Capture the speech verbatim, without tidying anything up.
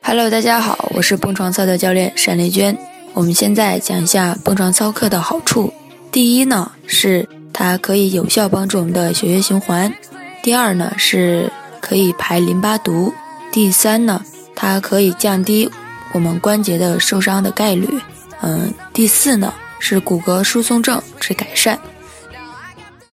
Hello， 大家好，我是蹦床操的教练单丽娟。我们现在讲一下蹦床操课的好处。第一呢，是它可以有效帮助我们的血液循环；第二呢，是可以排淋巴毒；第三呢，它可以降低我们关节的受伤的概率。嗯，第四呢，是骨骼疏松症之改善。